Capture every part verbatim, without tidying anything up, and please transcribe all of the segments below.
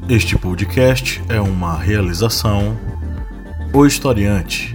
Este podcast é uma realização O Historiante.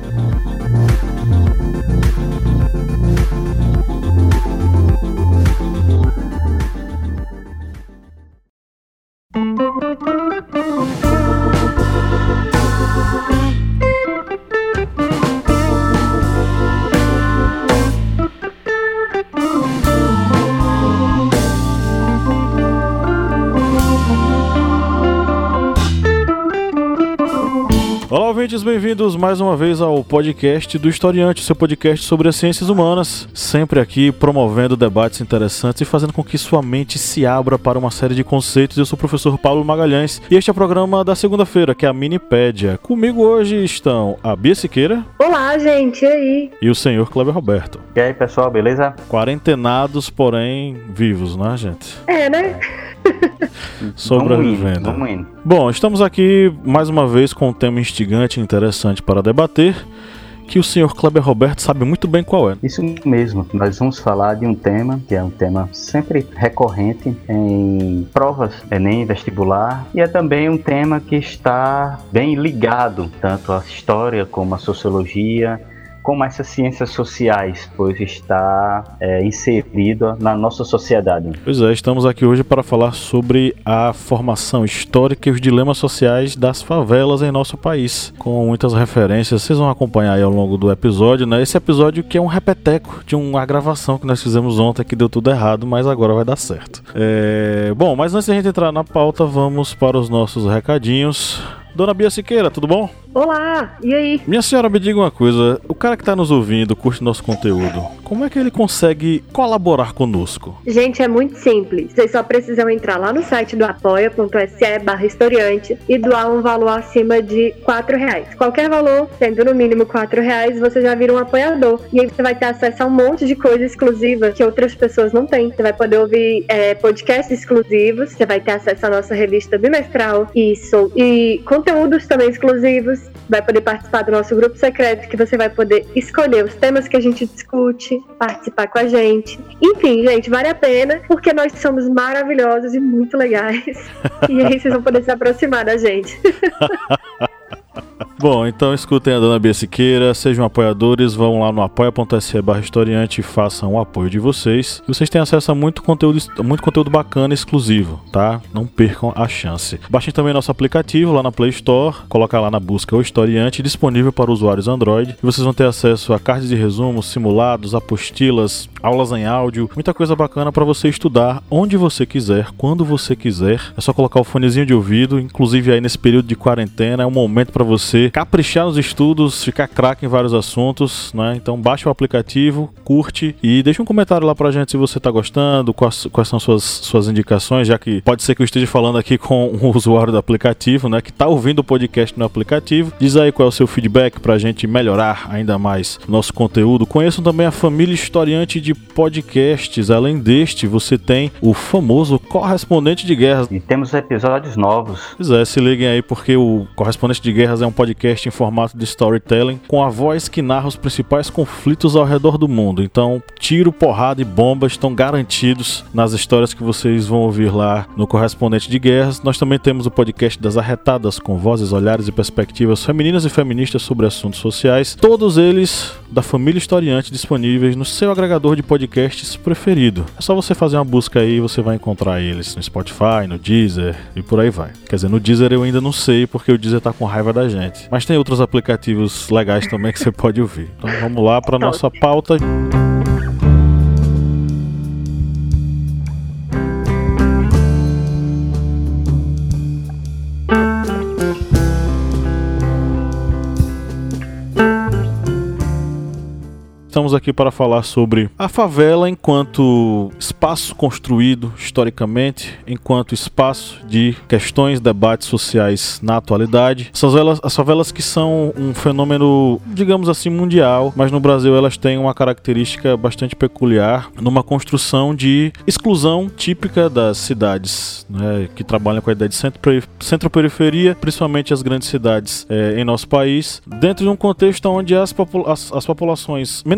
Olá, ouvintes, bem-vindos mais uma vez ao podcast do Historiante, seu podcast sobre as ciências humanas, sempre aqui promovendo debates interessantes e fazendo com que sua mente se abra para uma série de conceitos. Eu sou o professor Paulo Magalhães e este é o programa da segunda-feira, que é a Minipédia. Comigo hoje estão a Bia Siqueira. Olá, gente, e aí? E o senhor Kleber Roberto. E aí, pessoal, beleza? Quarentenados, porém vivos, né, gente? É, né? Sobrevivendo. Vamos indo. Bom, estamos aqui mais uma vez com um tema instigante e interessante para debater, que o senhor Kleber Roberto sabe muito bem qual é. Isso mesmo, nós vamos falar de um tema que é um tema sempre recorrente em provas Enem, vestibular, e é também um tema que está bem ligado tanto à história como à sociologia, como essas ciências sociais, pois está é, inserido na nossa sociedade. Pois é, estamos aqui hoje para falar sobre a formação histórica e os dilemas sociais das favelas em nosso país, com muitas referências. Vocês vão acompanhar aí ao longo do episódio, né? Esse episódio que é um repeteco de uma gravação que nós fizemos ontem que deu tudo errado, mas agora vai dar certo. É... Bom, mas antes de a gente entrar na pauta, vamos para os nossos recadinhos. Dona Bia Siqueira, tudo bom? Olá, e aí? Minha senhora, me diga uma coisa, o cara que está nos ouvindo, curte nosso conteúdo, como é que ele consegue colaborar conosco? Gente, é muito simples. Vocês só precisam entrar lá no site do apoia.se barra historiante e doar um valor acima de quatro reais. Qualquer valor, sendo no mínimo quatro reais, você já vira um apoiador. E aí você vai ter acesso a um monte de coisa exclusiva que outras pessoas não têm. Você vai poder ouvir é, podcasts exclusivos, você vai ter acesso à nossa revista bimestral, isso, e conteúdos também exclusivos. Vai poder participar do nosso grupo secreto, que você vai poder escolher os temas que a gente discute, participar com a gente. Enfim, gente, vale a pena, porque nós somos maravilhosos e muito legais. E aí vocês vão poder se aproximar da gente. Bom, então escutem a Dona Bia Siqueira, sejam apoiadores, vão lá no apoia.se barra historiante e façam o apoio de vocês. E vocês têm acesso a muito conteúdo, muito conteúdo bacana e exclusivo, tá? Não percam a chance. Baixem também nosso aplicativo lá na Play Store, coloca lá na busca o Historiante, disponível para usuários Android. E vocês vão ter acesso a cards de resumo, simulados, apostilas, aulas em áudio, muita coisa bacana para você estudar onde você quiser, quando você quiser. É só colocar o fonezinho de ouvido, inclusive aí nesse período de quarentena, é um momento para você caprichar nos estudos, ficar craque em vários assuntos, né? Então baixa o aplicativo, curte e deixa um comentário lá pra gente se você tá gostando, quais, quais são suas, suas indicações, já que pode ser que eu esteja falando aqui com o usuário do aplicativo, né? Que tá ouvindo o podcast no aplicativo. Diz aí qual é o seu feedback pra gente melhorar ainda mais o nosso conteúdo. Conheçam também a família historiante de podcasts. Além deste, você tem o famoso Correspondente de Guerras. E temos episódios novos. Pois é, se liguem aí porque o Correspondente de Guerras é um podcast em formato de storytelling, com a voz que narra os principais conflitos ao redor do mundo. Então, tiro, porrada e bomba estão garantidos nas histórias que vocês vão ouvir lá no Correspondente de Guerras. Nós também temos o podcast das Arretadas, com vozes, olhares e perspectivas femininas e feministas sobre assuntos sociais. Todos eles da família Historiante, disponíveis no seu agregador de podcasts preferido. É só você fazer uma busca aí e você vai encontrar eles no Spotify, no Deezer e por aí vai. Quer dizer, no Deezer eu ainda não sei, porque o Deezer tá com raiva da gente. Mas tem outros aplicativos legais também que você pode ouvir. Então vamos lá para nossa pauta. Estamos aqui para falar sobre a favela enquanto espaço construído historicamente, enquanto espaço de questões, debates sociais na atualidade. As favelas, as favelas que são um fenômeno, digamos assim, mundial, mas no Brasil elas têm uma característica bastante peculiar numa construção de exclusão típica das cidades, né, que trabalham com a ideia de centro-periferia, principalmente as grandes cidades é, em nosso país, dentro de um contexto onde as, popula- as, as populações menos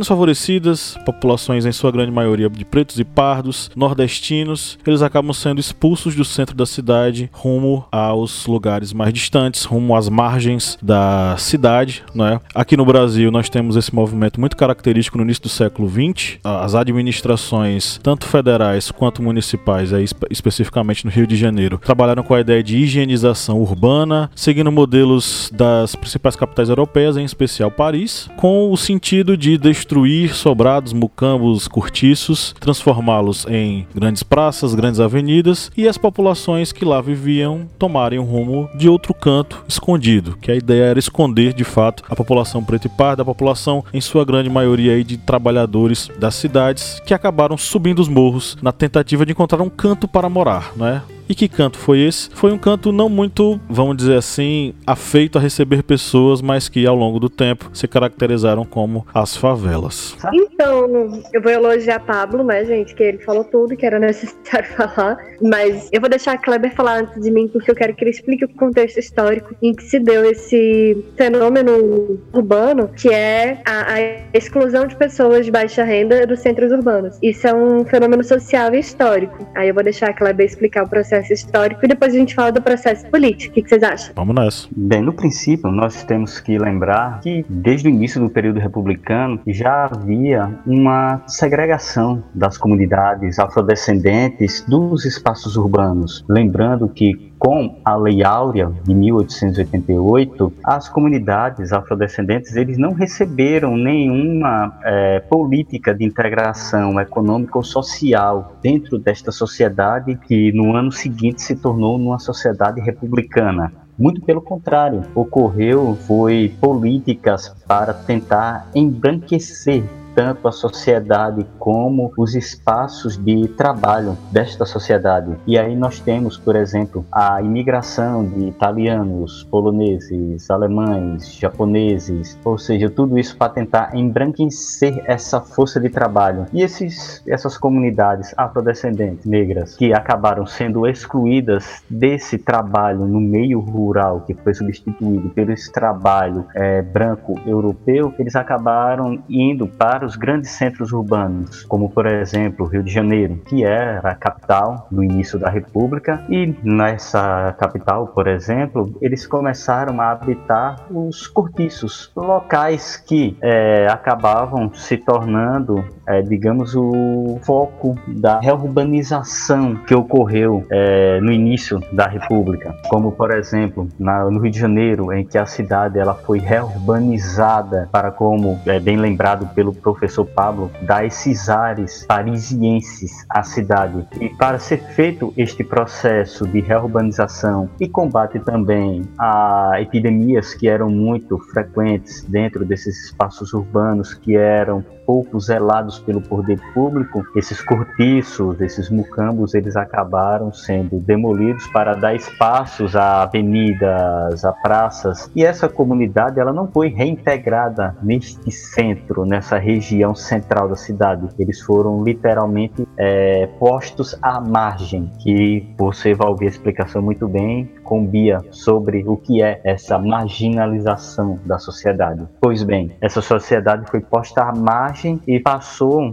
favorecidas, populações em sua grande maioria de pretos e pardos, nordestinos, eles acabam sendo expulsos do centro da cidade rumo aos lugares mais distantes, rumo às margens da cidade, né? Aqui no Brasil nós temos esse movimento muito característico no início do século vinte. As administrações, tanto federais quanto municipais, aí, espe- especificamente no Rio de Janeiro, trabalharam com a ideia de higienização urbana, seguindo modelos das principais capitais europeias, em especial Paris, com o sentido de destruir sobrados, mucambos, cortiços, transformá-los em grandes praças, grandes avenidas, e as populações que lá viviam tomarem um rumo de outro canto escondido, que a ideia era esconder de fato a população preta e parda, a população em sua grande maioria aí de trabalhadores das cidades, que acabaram subindo os morros na tentativa de encontrar um canto para morar, né? E que canto foi esse? Foi um canto não muito, vamos dizer assim, afeito a receber pessoas, mas que ao longo do tempo se caracterizaram como as favelas. Então, eu vou elogiar Pablo, né, gente, que ele falou tudo que era necessário falar, mas eu vou deixar a Kleber falar antes de mim, porque eu quero que ele explique o contexto histórico em que se deu esse fenômeno urbano, que é a, a exclusão de pessoas de baixa renda dos centros urbanos. Isso é um fenômeno social e histórico. Aí eu vou deixar a Kleber explicar o processo histórico e depois a gente fala do processo político. O que, que vocês acham? Vamos nessa. Bem, no princípio, nós temos que lembrar que desde o início do período republicano já havia uma segregação das comunidades afrodescendentes dos espaços urbanos. Lembrando que com a Lei Áurea de mil oitocentos e oitenta e oito, as comunidades afrodescendentes eles não receberam nenhuma é, política de integração econômica ou social dentro desta sociedade que no ano seguinte se tornou numa sociedade republicana. Muito pelo contrário, ocorreu foi políticas para tentar embranquecer tanto a sociedade como os espaços de trabalho desta sociedade. E aí nós temos, por exemplo, a imigração de italianos, poloneses, alemães, japoneses, ou seja, tudo isso para tentar embranquecer essa força de trabalho. E esses, essas comunidades afrodescendentes negras que acabaram sendo excluídas desse trabalho no meio rural, que foi substituído pelo esse trabalho é, branco europeu, eles acabaram indo para os grandes centros urbanos, como por exemplo Rio de Janeiro, que era a capital no início da República, e nessa capital, por exemplo, eles começaram a habitar os cortiços, locais que é, acabavam se tornando, é, digamos, o foco da reurbanização que ocorreu é, no início da República, como por exemplo na, no Rio de Janeiro, em que a cidade ela foi reurbanizada para, como é bem lembrado pelo professor Pablo, dar esses ares parisienses à cidade. E para ser feito este processo de reurbanização e combate também a epidemias que eram muito frequentes dentro desses espaços urbanos, que eram pouco zelados pelo poder público, esses cortiços, esses mucambos, eles acabaram sendo demolidos para dar espaços a avenidas, a praças. E essa comunidade ela não foi reintegrada neste centro, nessa região central da cidade. Eles foram literalmente é, postos à margem, que você vai ouvir a explicação muito bem com Bia sobre o que é essa marginalização da sociedade. Pois bem, essa sociedade foi posta à margem e passou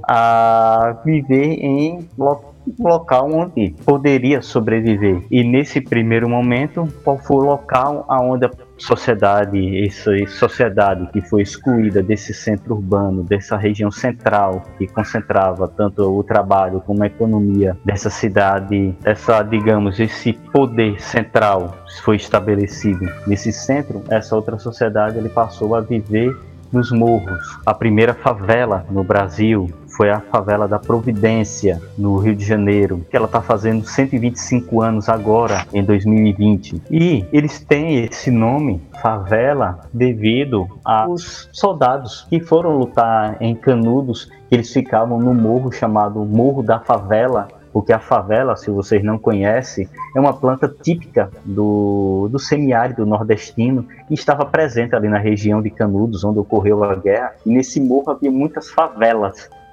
a viver em locais um local onde poderia sobreviver. E nesse primeiro momento, qual foi o local onde a sociedade, essa sociedade que foi excluída desse centro urbano, dessa região central, que concentrava tanto o trabalho como a economia dessa cidade, essa, digamos, esse poder central foi estabelecido nesse centro, essa outra sociedade ele passou a viver nos morros. A primeira favela no Brasil foi a favela da Providência, no Rio de Janeiro, que ela está fazendo cento e vinte e cinco anos agora, em dois mil e vinte. E eles têm esse nome, favela, devido aos soldados que foram lutar em Canudos, que eles ficavam no morro chamado Morro da Favela, porque a favela, se vocês não conhecem, é uma planta típica do, do semiárido nordestino e estava presente ali na região de Canudos, onde ocorreu a guerra. E nesse morro havia muitas favelas.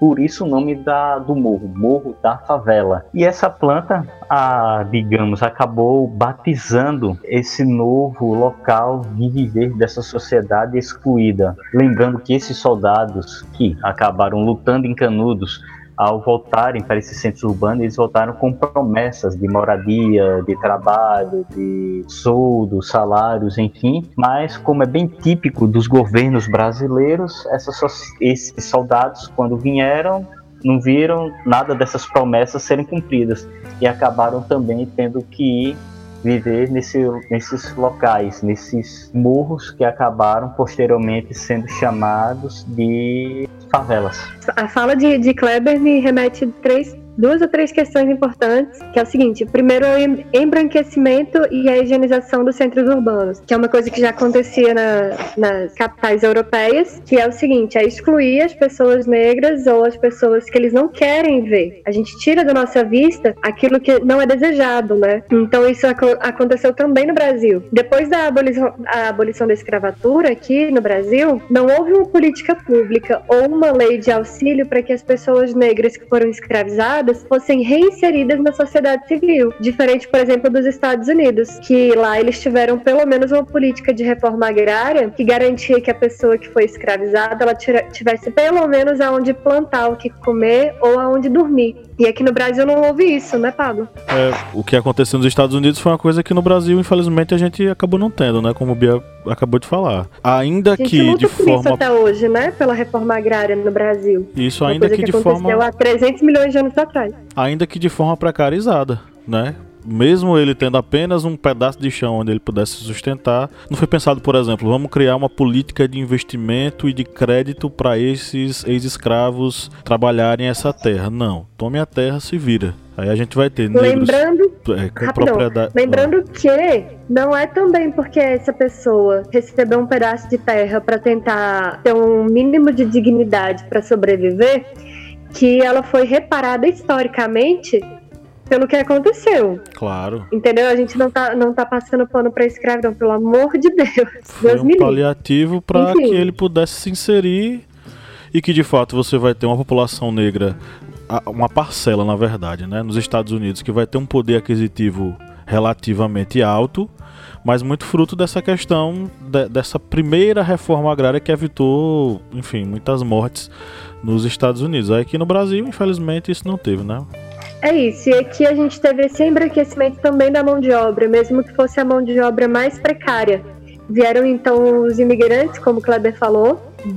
Por isso o nome da, do morro, Morro da Favela. E essa planta, a, digamos, acabou batizando esse novo local de viver dessa sociedade excluída. Lembrando que esses soldados que acabaram lutando em Canudos, ao voltarem para esses centros urbanos, eles voltaram com promessas de moradia, de trabalho, de soldo, salários, enfim. Mas, como é bem típico dos governos brasileiros, essas, esses soldados, quando vieram, não viram nada dessas promessas serem cumpridas e acabaram também tendo que ir viver nesse, nesses locais, nesses morros que acabaram posteriormente sendo chamados de favelas. A fala de, de Kleber me remete três, duas ou três questões importantes, que é o seguinte: primeiro é o embranquecimento e a higienização dos centros urbanos, que é uma coisa que já acontecia na, nas capitais europeias, que é o seguinte: é excluir as pessoas negras ou as pessoas que eles não querem ver. A gente tira da nossa vista aquilo que não é desejado, né? Então isso ac- aconteceu também no Brasil. Depois da abolição, a abolição da escravatura aqui no Brasil, não houve uma política pública ou uma lei de auxílio para que as pessoas negras que foram escravizadas fossem reinseridas na sociedade civil, diferente, por exemplo, dos Estados Unidos, que lá eles tiveram pelo menos uma política de reforma agrária que garantia que a pessoa que foi escravizada ela tivesse pelo menos aonde plantar, o que comer ou aonde dormir. E aqui no Brasil não houve isso, né, Pablo? É, o que aconteceu nos Estados Unidos foi uma coisa que no Brasil, infelizmente, a gente acabou não tendo, né? Como o Bia acabou de falar. Ainda que de forma... isso até hoje, né? Pela reforma agrária no Brasil. Isso, ainda que, que de forma... aconteceu há trezentos milhões de anos atrás. Ainda que de forma precarizada, né? Mesmo ele tendo apenas um pedaço de chão onde ele pudesse se sustentar, não foi pensado, por exemplo, vamos criar uma política de investimento e de crédito para esses ex-escravos trabalharem essa terra. Não, tome a terra, se vira. Aí a gente vai ter negros lembrando, é, com rapidão, propriedade. Lembrando que não é também porque essa pessoa recebeu um pedaço de terra para tentar ter um mínimo de dignidade para sobreviver que ela foi reparada historicamente pelo que aconteceu. Claro. Entendeu? A gente não tá, não tá passando pano pra escravidão, pelo amor de Deus. Foi Deus um me paliativo para que ele pudesse se inserir e que de fato você vai ter uma população negra, uma parcela na verdade, né, nos Estados Unidos, que vai ter um poder aquisitivo relativamente alto, mas muito fruto dessa questão, de, dessa primeira reforma agrária que evitou, enfim, muitas mortes nos Estados Unidos. Aí aqui no Brasil, infelizmente, isso não teve, né? É isso, e aqui a gente teve esse embranquecimento também da mão de obra, mesmo que fosse a mão de obra mais precária. Vieram então os imigrantes, como o Kleber falou,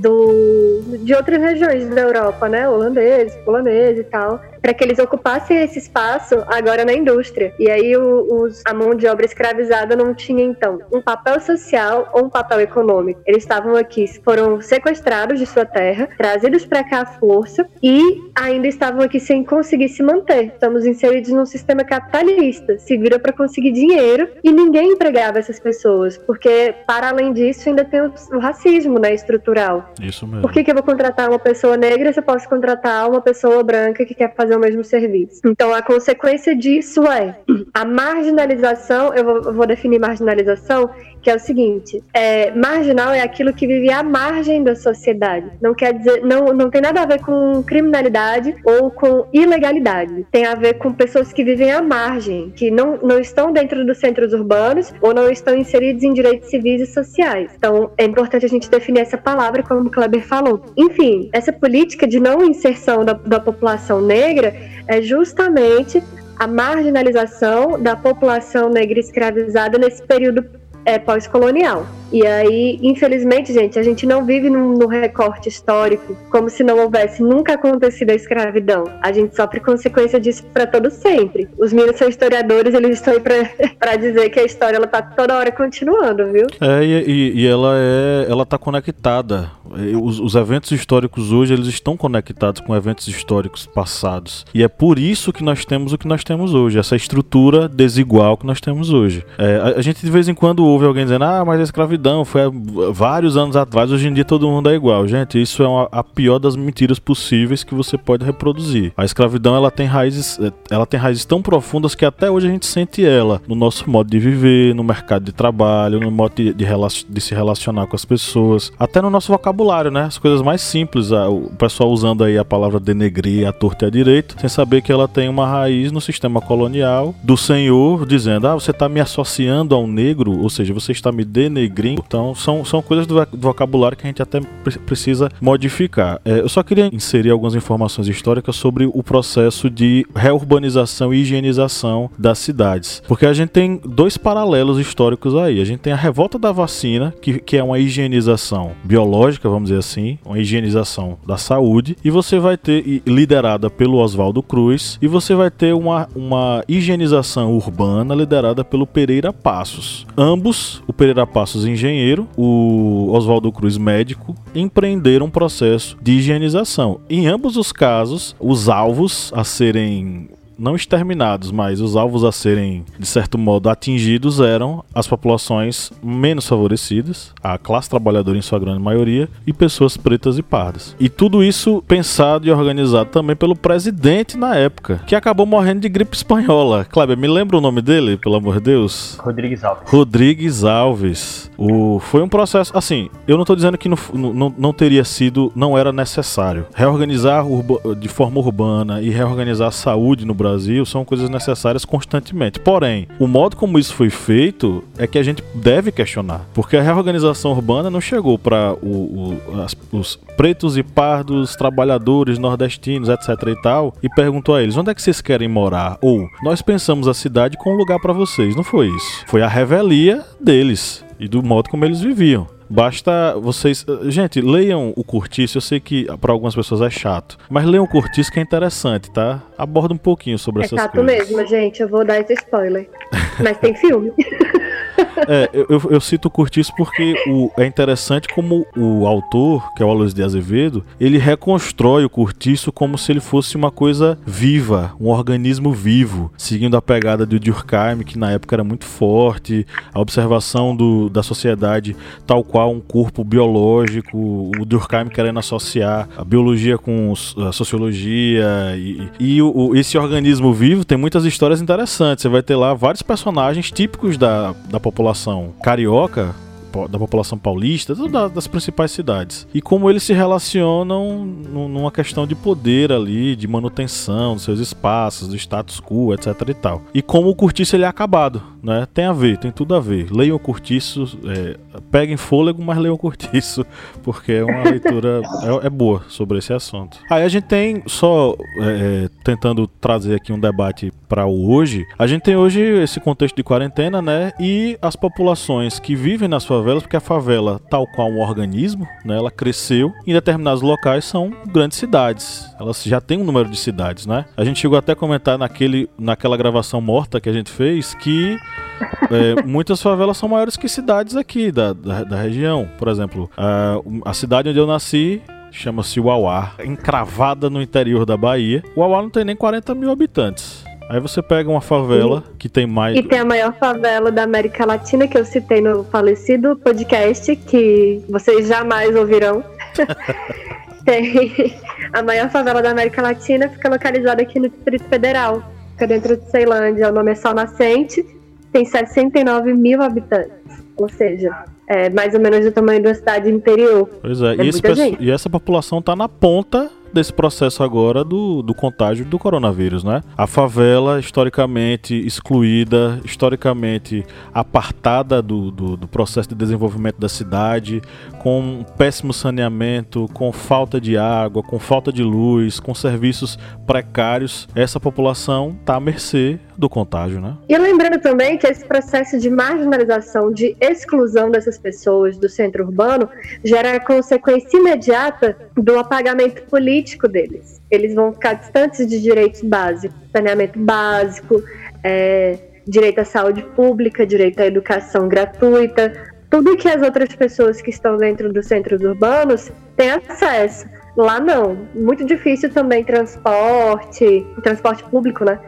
do, de outras regiões da Europa, né, holandeses, poloneses e tal, para que eles ocupassem esse espaço agora na indústria. E aí o, os, a mão de obra escravizada não tinha, então, um papel social ou um papel econômico. Eles estavam aqui, foram sequestrados de sua terra, trazidos para cá à força e ainda estavam aqui sem conseguir se manter. Estamos inseridos num sistema capitalista, se vira para conseguir dinheiro e ninguém empregava essas pessoas, porque, para além disso, ainda tem o, o racismo, né, estrutural. Isso mesmo. Por que que eu vou contratar uma pessoa negra se eu posso contratar uma pessoa branca que quer fazer o mesmo serviço? Então, a consequência disso é a marginalização. Eu vou, eu vou definir marginalização, que é o seguinte: é, marginal é aquilo que vive à margem da sociedade. Não quer dizer, não, não tem nada a ver com criminalidade ou com ilegalidade. Tem a ver com pessoas que vivem à margem, que não, não estão dentro dos centros urbanos ou não estão inseridos em direitos civis e sociais. Então, é importante a gente definir essa palavra, como o Kleber falou. Enfim, essa política de não inserção da, da população negra é justamente a marginalização da população negra escravizada nesse período é, pós-colonial. E aí, infelizmente, gente, a gente não vive num, num recorte histórico como se não houvesse nunca acontecido a escravidão. A gente sofre consequência disso para todo sempre. Os meninos são historiadores, eles estão aí para dizer que a história ela tá toda hora continuando, viu? É, e, e ela é, ela tá conectada. Os, os eventos históricos hoje, eles estão conectados com eventos históricos passados. E é por isso que nós temos o que nós temos hoje, essa estrutura desigual que nós temos hoje. É, a, a gente de vez em quando ouve alguém dizendo, ah, mas a escravidão foi há vários anos atrás, hoje em dia todo mundo é igual. Gente, isso é uma, a pior das mentiras possíveis que você pode reproduzir. A escravidão, ela tem raízes, ela tem raízes tão profundas que até hoje a gente sente ela no nosso modo de viver, no mercado de trabalho, no modo de, de, de se relacionar com as pessoas, até no nosso vocabulário, né? As coisas mais simples, a, o pessoal usando aí a palavra denegrir, a torta e a direito, sem saber que ela tem uma raiz no sistema colonial do senhor, dizendo, ah, você está me associando ao negro, ou seja, você está me denegrindo. Então, são, são coisas do, do vocabulário que a gente até pre- precisa modificar. É, eu só queria inserir algumas informações históricas sobre o processo de reurbanização e higienização das cidades, porque a gente tem dois paralelos históricos aí. A gente tem a revolta da vacina, que, que é uma higienização biológica, vamos dizer assim, uma higienização da saúde, e você vai ter, liderada pelo Oswaldo Cruz, e você vai ter uma, uma higienização urbana liderada pelo Pereira Passos. Ambos, o Pereira Passos engenheiro, o Oswaldo Cruz médico, empreenderam um processo de higienização. Em ambos os casos, os alvos a serem não exterminados, mas os alvos a serem, de certo modo, atingidos eram as populações menos favorecidas, a classe trabalhadora em sua grande maioria, e pessoas pretas e pardas. E tudo isso pensado e organizado também pelo presidente na época, que acabou morrendo de gripe espanhola. Kleber, me lembra o nome dele, pelo amor de Deus? Rodrigues Alves. Rodrigues Alves. O... Foi um processo, assim, eu não estou dizendo que não, não, não teria sido, não era necessário. Reorganizar urba... de forma urbana e reorganizar a saúde no Brasil Brasil são coisas necessárias constantemente. Porém, o modo como isso foi feito é que a gente deve questionar, porque a reorganização urbana não chegou para os pretos e pardos, trabalhadores nordestinos, etc e tal, e perguntou a eles, onde é que vocês querem morar? Ou, nós pensamos a cidade como um lugar para vocês. Não foi isso. Foi a revelia deles e do modo como eles viviam. Basta vocês... Gente, leiam o Curtiço. Eu sei que para algumas pessoas é chato, mas leiam o Curtiço, que é interessante, tá? Aborda um pouquinho sobre é essas coisas. coisas. É chato mesmo, gente. Eu vou dar esse spoiler. Mas tem filme. É, eu, eu, eu cito o Curtiço porque o, é interessante como o autor, que é o Aloysio de Azevedo, ele reconstrói o Curtiço como se ele fosse uma coisa viva, um organismo vivo, seguindo a pegada do Durkheim, que na época era muito forte, a observação do, da sociedade tal qual um corpo biológico, o Durkheim querendo associar a biologia com a sociologia, e, e o, esse organismo vivo tem muitas histórias interessantes. Você vai ter lá vários personagens típicos da, da população carioca, da população paulista, das principais cidades. E como eles se relacionam numa questão de poder ali, de manutenção dos seus espaços, do status quo, etc e tal. E como o Curtiço ele é acabado, né? Tem a ver, tem tudo a ver. Leiam o Curtiço, é, peguem fôlego, mas leiam o Curtiço, porque é uma leitura é, é boa sobre esse assunto. Aí a gente tem, só é, tentando trazer aqui um debate para o hoje, a gente tem hoje esse contexto de quarentena, né? E as populações que vivem nas favelas, porque a favela, tal qual um organismo, né, ela cresceu, em determinados locais são grandes cidades. Elas já têm um número de cidades, né? A gente chegou até a comentar naquele, naquela gravação morta que a gente fez que é, muitas favelas são maiores que cidades aqui da, da, da região. Por exemplo, a, a cidade onde eu nasci chama-se Uauá, encravada no interior da Bahia. Uauá não tem nem quarenta mil habitantes. Aí você pega uma favela e, que tem mais... E tem a maior favela da América Latina, que eu citei no falecido podcast, que vocês jamais ouvirão. Tem a maior favela da América Latina, fica localizada aqui no Distrito Federal. Fica dentro de Ceilândia, o nome é Sol Nascente, tem sessenta e nove mil habitantes. Ou seja, é mais ou menos do tamanho de uma cidade interior. Pois é, é e, esse peço... e essa população está na ponta desse processo agora do, do contágio do coronavírus, né? A favela, historicamente excluída, historicamente apartada do, do, do processo de desenvolvimento da cidade, com um péssimo saneamento, com falta de água, com falta de luz, com serviços precários. Essa população está à mercê do contágio, né? E lembrando também que esse processo de marginalização, de exclusão dessas pessoas do centro urbano, gera a consequência imediata do apagamento político deles. Eles vão ficar distantes de direitos básicos, saneamento básico, é, direito à saúde pública, direito à educação gratuita, tudo que as outras pessoas que estão dentro dos centros urbanos têm acesso. Lá não, muito difícil também transporte, transporte público, né?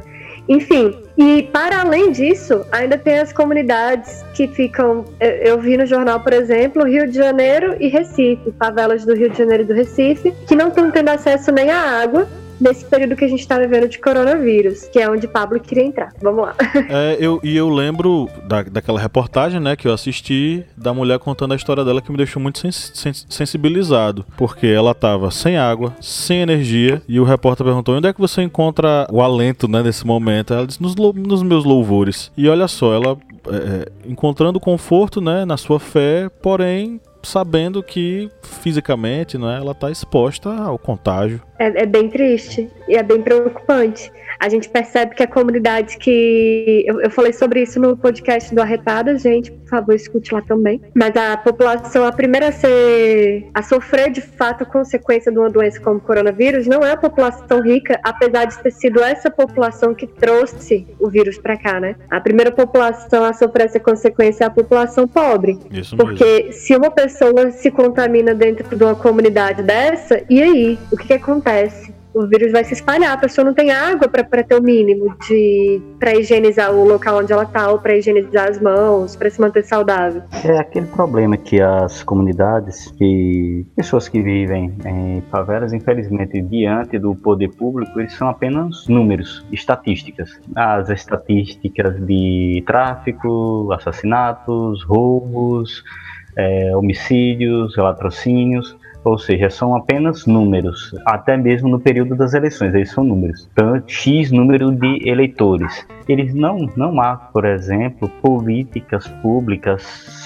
Enfim, e para além disso, ainda tem as comunidades que ficam, eu, eu vi no jornal, por exemplo, Rio de Janeiro e Recife, favelas do Rio de Janeiro e do Recife, que não estão tendo acesso nem à água, nesse período que a gente tá vivendo de coronavírus, que é onde Pablo queria entrar. Vamos lá. É, eu, e eu lembro da, daquela reportagem, né, que eu assisti, da mulher contando a história dela, que me deixou muito sens, sens, sensibilizado, porque ela tava sem água, sem energia, e o repórter perguntou, onde é que você encontra o alento, né, nesse momento? Ela disse, nos, nos meus louvores. E olha só, ela é, encontrando conforto, né, na sua fé, porém sabendo que fisicamente, né, ela está exposta ao contágio. É, é bem triste e é bem preocupante. A gente percebe que a comunidade que... Eu, eu falei sobre isso no podcast do Arretada, gente, por favor, escute lá também. Mas a população, a primeira a ser... a sofrer, de fato, a consequência de uma doença como o coronavírus, não é a população rica, apesar de ter sido essa população que trouxe o vírus para cá, né? A primeira população a sofrer essa consequência é a população pobre. Isso Porque mesmo. Se uma pessoa se contamina dentro de uma comunidade dessa, e aí? O que, que acontece? O vírus vai se espalhar, a pessoa não tem água para ter o mínimo de para higienizar o local onde ela está, ou para higienizar as mãos, para se manter saudável. É aquele problema que as comunidades, que pessoas que vivem em favelas, infelizmente, diante do poder público, eles são apenas números, estatísticas. As estatísticas de tráfico, assassinatos, roubos, é, homicídios, latrocínios. Ou seja, são apenas números, até mesmo no período das eleições, eles são números. Então, X número de eleitores. Eles não, não há, por exemplo, políticas públicas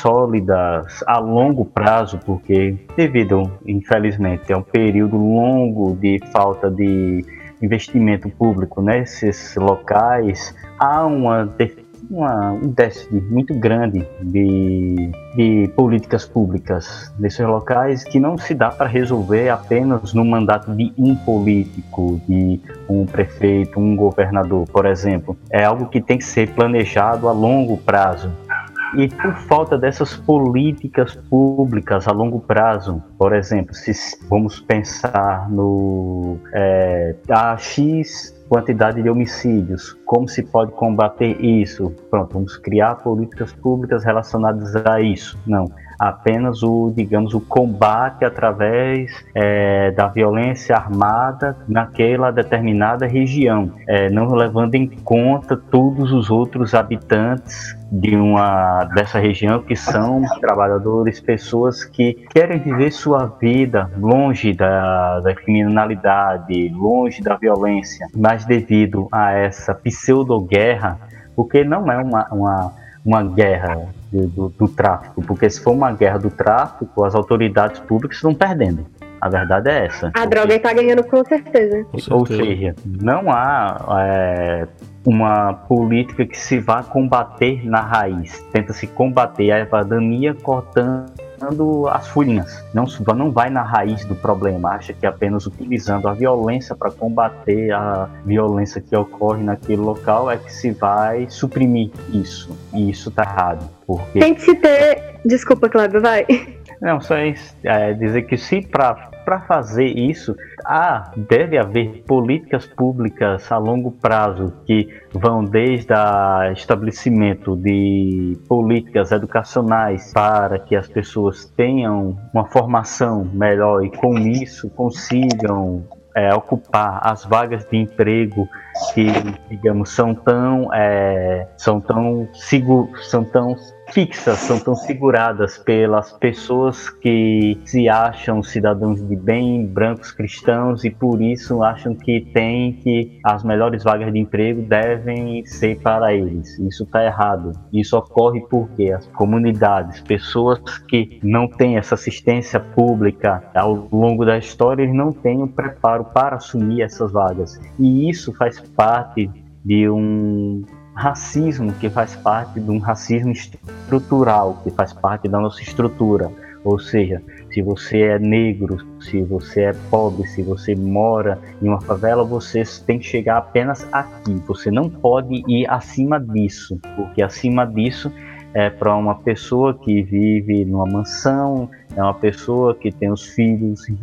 sólidas a longo prazo, porque devido, infelizmente, a um período longo de falta de investimento público nesses locais, há uma Uma, um déficit muito grande de, de políticas públicas nesses locais que não se dá para resolver apenas no mandato de um político, de um prefeito, um governador, por exemplo. É algo que tem que ser planejado a longo prazo. E por falta dessas políticas públicas a longo prazo, por exemplo, se vamos pensar no é, a X quantidade de homicídios, como se pode combater isso? Pronto, vamos criar políticas públicas relacionadas a isso. Não, apenas o, digamos, o combate através é, da violência armada naquela determinada região, é, não levando em conta todos os outros habitantes de uma dessa região, que são trabalhadores, pessoas que querem viver sua vida longe da, da criminalidade, longe da violência, mas devido a essa pseudo-guerra, porque não é uma, uma, uma guerra do, do, do tráfico, porque se for uma guerra do tráfico, as autoridades públicas estão perdendo. A verdade é essa. A droga está ganhando com certeza. Com certeza. Ou seja, não há é, uma política que se vá combater na raiz. Tenta-se combater a erva daninha cortando as folhinhas. Não, não vai na raiz do problema. Acha que apenas utilizando a violência para combater a violência que ocorre naquele local é que se vai suprimir isso. E isso está errado. Porque... Tem que se ter... Desculpa, Cláudio, vai. Não, só é dizer que se para fazer isso, ah, deve haver políticas públicas a longo prazo que vão desde o estabelecimento de políticas educacionais para que as pessoas tenham uma formação melhor e com isso consigam é, ocupar as vagas de emprego que, digamos, são tão, é, são tão, seguros, são tão fixas, são tão seguradas pelas pessoas que se acham cidadãos de bem, brancos cristãos, e por isso acham que tem que as melhores vagas de emprego devem ser para eles. Isso está errado. Isso ocorre porque as comunidades, pessoas que não têm essa assistência pública ao longo da história, eles não têm o preparo para assumir essas vagas. E isso faz parte de um racismo, que faz parte de um racismo estrutural, que faz parte da nossa estrutura. Ou seja, se você é negro, se você é pobre, se você mora em uma favela, você tem que chegar apenas aqui. Você não pode ir acima disso, porque acima disso é para uma pessoa que vive numa mansão, é uma pessoa que tem os filhos ricos,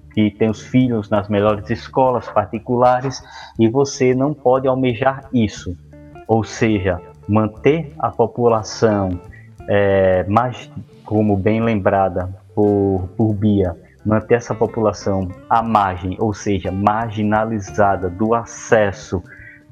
que tem os filhos nas melhores escolas particulares, e você não pode almejar isso. Ou seja, manter a população, é, mais, como bem lembrada por, por Bia, manter essa população à margem, ou seja, marginalizada do acesso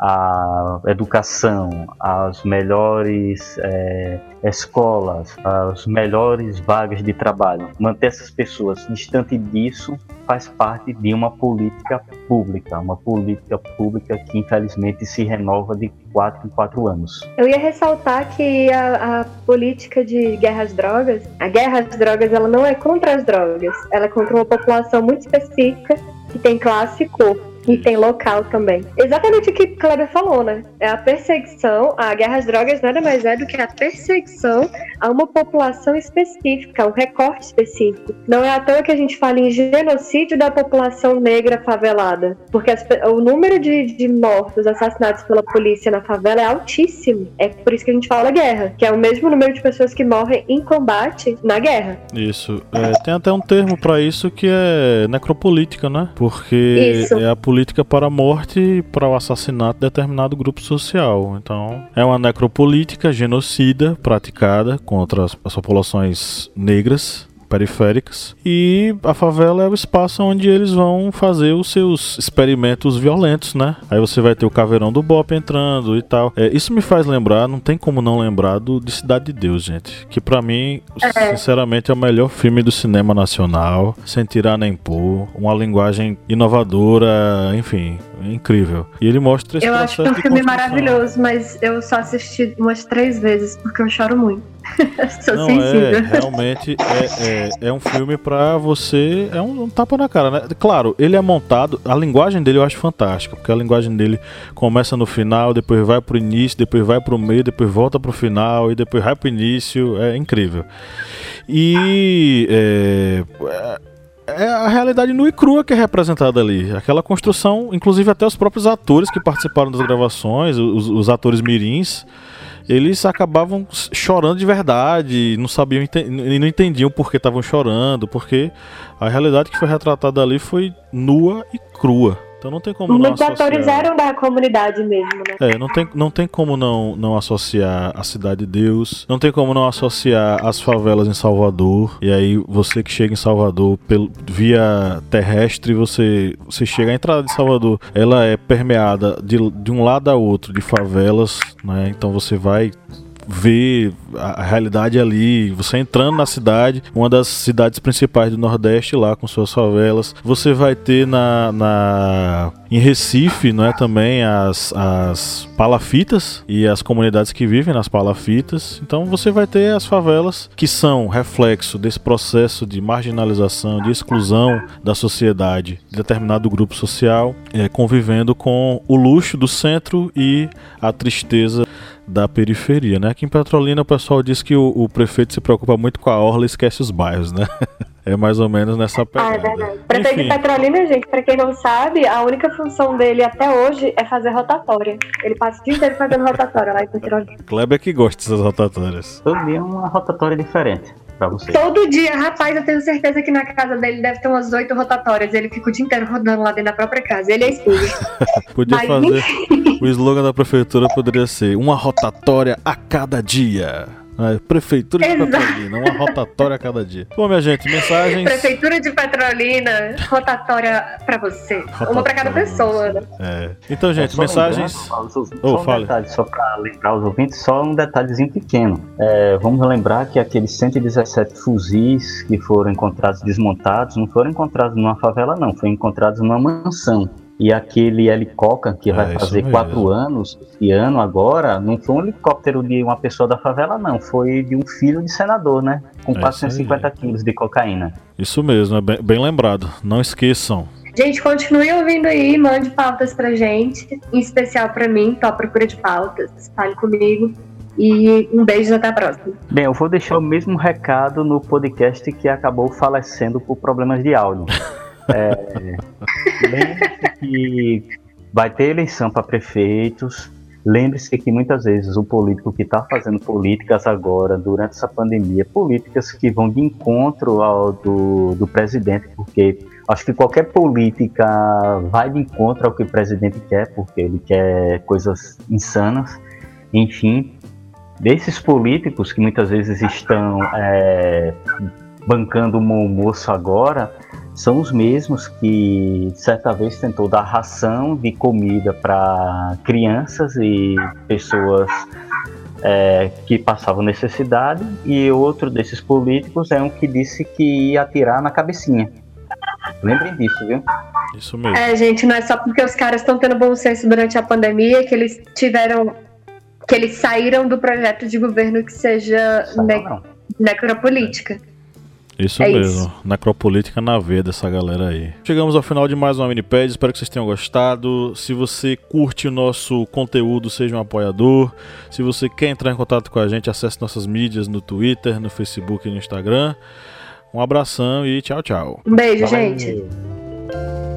à educação, às melhores é, escolas, às melhores vagas de trabalho. Manter essas pessoas distante disso faz parte de uma política pública, uma política pública que infelizmente se renova de quatro em quatro anos. Eu ia ressaltar que a, a política de guerra às drogas, a guerra às drogas, ela não é contra as drogas, ela é contra uma população muito específica que tem classe e cor. E tem local também. Exatamente o que o Kleber falou, né? É a perseguição, a guerra às drogas nada mais é do que a perseguição a uma população específica, um recorte específico. Não é à toa que a gente fala em genocídio da população negra favelada, porque as, o número de, de mortos assassinados pela polícia na favela é altíssimo. É por isso que a gente fala guerra, que é o mesmo número de pessoas que morrem em combate na guerra. Isso. É, tem até um termo pra isso que é necropolítica, né? Porque isso. É a política para a morte e para o assassinato de determinado grupo social. Então, é uma necropolítica genocida praticada contra as, as populações negras periféricas, e a favela é o espaço onde eles vão fazer os seus experimentos violentos, né? Aí você vai ter o Caveirão do Bop entrando e tal. É, isso me faz lembrar, não tem como não lembrar do de Cidade de Deus, gente, que pra mim, é. sinceramente, é o melhor filme do cinema nacional, sem tirar nem pôr, uma linguagem inovadora, enfim, é incrível. E ele mostra esse eu processo acho que é um filme construção. Maravilhoso, mas eu só assisti umas três vezes porque eu choro muito. Sou não, sensível. é, realmente é, é, é um filme pra você, é um, um tapa na cara, né? Claro, ele é montado, a linguagem dele eu acho fantástica, porque a linguagem dele começa no final, depois vai pro início, depois vai pro meio, depois volta pro final e depois vai pro início, é incrível. E é, é a realidade nua e crua que é representada ali. Aquela construção, inclusive até os próprios atores que participaram das gravações, os, os atores mirins, eles acabavam chorando de verdade, não sabiam e não entendiam por que estavam chorando, porque a realidade que foi retratada ali foi nua e crua. Então não tem como não Muitos associar... atores eram da comunidade mesmo, né? É, não tem, não tem como não, não associar a Cidade de Deus, não tem como não associar as favelas em Salvador. E aí você que chega em Salvador pelo, via terrestre, você, você chega, a entrada de Salvador, ela é permeada de, de um lado a outro de favelas, né? Então você vai ver a realidade ali, você entrando na cidade, uma das cidades principais do Nordeste lá com suas favelas. Você vai ter na, na em Recife, não é, também as, as palafitas e as comunidades que vivem nas palafitas. Então você vai ter as favelas que são reflexo desse processo de marginalização, de exclusão da sociedade, de determinado grupo social, é, convivendo com o luxo do centro e a tristeza da periferia, né? Aqui em Petrolina o pessoal diz que o, o prefeito se preocupa muito com a orla e esquece os bairros, né? É mais ou menos nessa pegada. Ah, é verdade. O prefeito de Petrolina, gente, pra quem não sabe, a única função dele até hoje é fazer rotatória. Ele passa o dia inteiro fazendo rotatória lá em Petrolina. Kleber que gosta dessas rotatórias. Todo dia é uma rotatória diferente. Você. Todo dia, rapaz, eu tenho certeza que na casa dele deve ter umas oito rotatórias. Ele fica o dia inteiro rodando lá dentro da própria casa. Ele é estúdio. Podia Mas, fazer. O slogan da prefeitura poderia ser uma rotatória a cada dia. É, Prefeitura de Exato. Petrolina, uma rotatória a cada dia. Bom, minha gente, mensagens. Prefeitura de Petrolina, rotatória pra você. Rotatória uma pra cada pessoa, né? É. Então, gente, é mensagens. Lembrar, só oh, um fale. detalhe, só pra lembrar os ouvintes, só um detalhezinho pequeno. É, vamos lembrar que aqueles cento e dezessete fuzis que foram encontrados desmontados não foram encontrados numa favela, não, foram encontrados numa mansão. E aquele helicóptero que é, vai fazer quatro anos, esse ano agora, não foi um helicóptero de uma pessoa da favela, não. Foi de um filho de senador, né? Com é quatrocentos e cinquenta quilos de cocaína. Isso mesmo, é bem, bem lembrado. Não esqueçam. Gente, continue ouvindo aí, mande pautas pra gente, em especial pra mim, tô à procura de pautas. Fale comigo. E um beijo, até a próxima. Bem, eu vou deixar o mesmo recado no podcast que acabou falecendo por problemas de áudio. É, lembre-se que vai ter eleição para prefeitos. Lembre-se que muitas vezes o político que está fazendo políticas agora, durante essa pandemia, políticas que vão de encontro ao do, do presidente, porque Acho que qualquer política vai de encontro ao que o presidente quer, porque ele quer coisas insanas. Enfim, desses políticos que muitas vezes estão é, bancando o bom almoço agora, são os mesmos que certa vez tentou dar ração de comida para crianças e pessoas é, que passavam necessidade, e outro desses políticos é um que disse que ia atirar na cabecinha. Lembrem disso, viu? Isso mesmo. É, gente, não é só porque os caras estão tendo bom senso durante a pandemia que eles tiveram, que eles saíram do projeto de governo que seja ne- necropolítica. Isso é mesmo, isso. Necropolítica na veia dessa galera aí. Chegamos ao final de mais uma Minipédia, espero que vocês tenham gostado. Se você curte o nosso conteúdo, seja um apoiador. Se você quer entrar em contato com a gente, acesse nossas mídias no Twitter, no Facebook e no Instagram. Um abração e tchau, tchau. Um beijo, Valeu. gente.